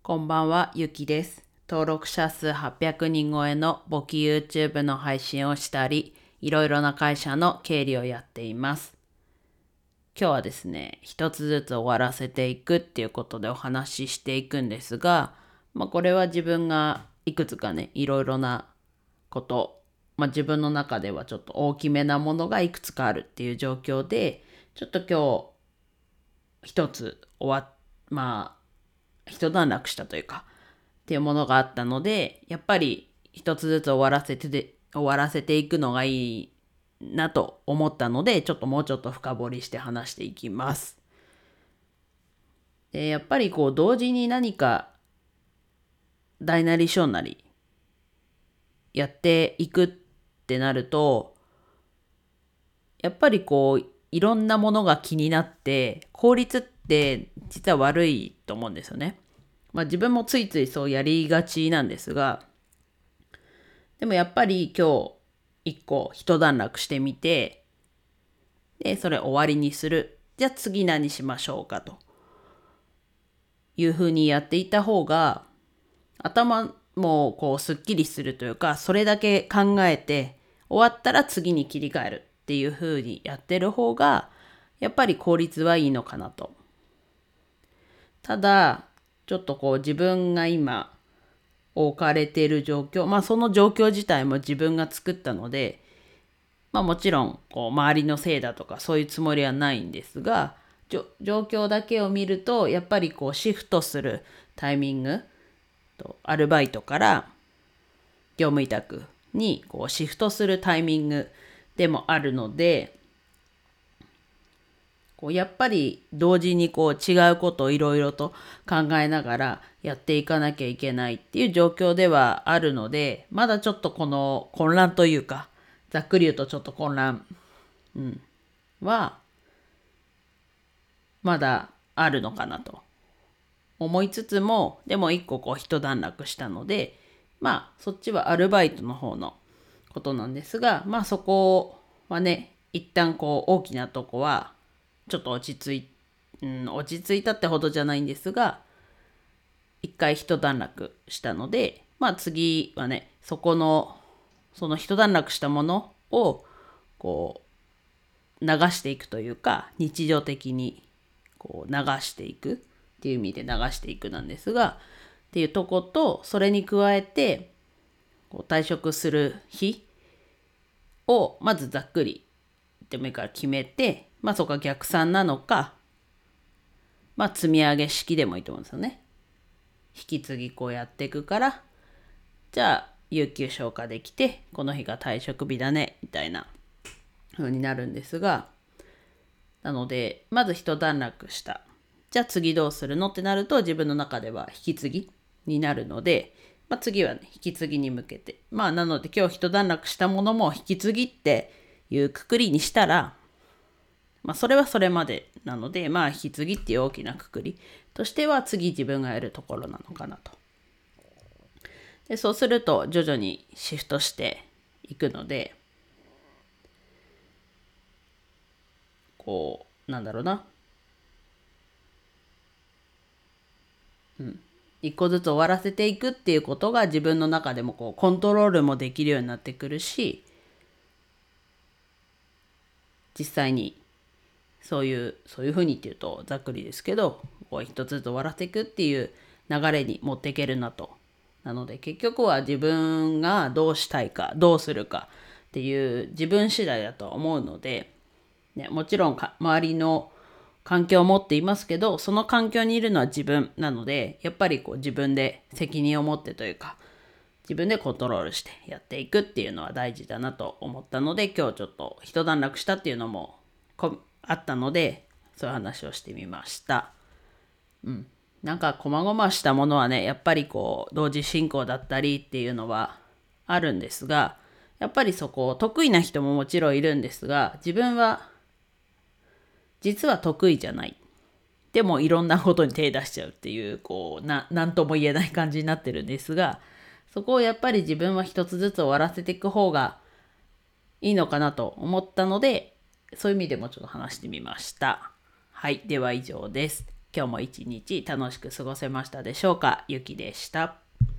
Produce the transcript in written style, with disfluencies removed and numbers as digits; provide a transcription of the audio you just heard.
こんばんは、ゆきです。登録者数800人超えの簿記 YouTube の配信をしたり、いろいろな会社の経理をやっています。今日はですね、一つずつ終わらせていくっていうことでお話ししていくんですが、これは自分がいくつかね、いろいろなこと、自分の中ではちょっと大きめなものがいくつかあるっていう状況で、ちょっと今日一つ一段落したというか、っていうものがあったので、やっぱり一つずつ終わらせていくのがいいなと思ったので、もうちょっと深掘りして話していきます。で、やっぱり同時に何か大なり小なりやっていくってなると、やっぱりいろんなものが気になって効率って実は悪いと思うんですよね。自分もついついそうやりがちなんですが、でもやっぱり今日一個一段落してみて、で、それ終わりにする。じゃあ次何しましょうかというふうにやっていた方が、頭もすっきりするというか、それだけ考えて、終わったら次に切り替えるっていうふうにやってる方が、やっぱり効率はいいのかなと。ただ、ちょっと自分が今置かれている状況、その状況自体も自分が作ったので、もちろん周りのせいだとかそういうつもりはないんですが、状況だけを見るとやっぱりシフトするタイミングとアルバイトから業務委託にシフトするタイミングでもあるので、やっぱり同時に違うことをいろいろと考えながらやっていかなきゃいけないっていう状況ではあるので、まだちょっとこの混乱というか、ざっくり言うとちょっと混乱、はまだあるのかなと思いつつも、でも一個一段落したので、そっちはアルバイトの方のことなんですが、そこはね、一旦大きなとこはちょっと落ち着いたってほどじゃないんですが、一回一段落したので、次はね、その一段落したものを流していくというか、日常的に流していくっていう意味で流していくなんですが、っていうとこと、それに加えて退職する日をまずざっくりでもいいから決めて、そこが逆算なのか、積み上げ式でもいいと思うんですよね。引き継ぎやっていくから、じゃあ有給消化できて、この日が退職日だねみたいな風になるんですが、なのでまず一段落した。じゃあ次どうするのってなると、自分の中では引き継ぎになるので、次はね、引き継ぎに向けて。なので今日一段落したものも引き継ぎっていうくくりにしたら、それはそれまでなので、引き継ぎっていう大きなくくりとしては次自分がやるところなのかなと。で、そうすると徐々にシフトしていくので、なんだろうな。一個ずつ終わらせていくっていうことが自分の中でもコントロールもできるようになってくるし、実際にそういうふうにっていうとざっくりですけど、一つずつ終わらせていくっていう流れに持っていけるなと。なので結局は自分がどうしたいか、どうするかっていう自分次第だと思うので、もちろん周りの環境を持っていますけど、その環境にいるのは自分なので、やっぱり自分で責任を持ってというか、自分でコントロールしてやっていくっていうのは大事だなと思ったので、今日ちょっと一段落したっていうのもあったので、そういう話をしてみました。なんか細々したものはね、やっぱり同時進行だったりっていうのはあるんですが、やっぱりそこ得意な人ももちろんいるんですが、自分は実は得意じゃない。でもいろんなことに手出しちゃうっていう、なんとも言えない感じになってるんですが、そこをやっぱり自分は一つずつ終わらせていく方がいいのかなと思ったので、そういう意味でもちょっと話してみました。はい、では以上です。 今日も一日楽しく過ごせましたでしょうか。ゆきでした。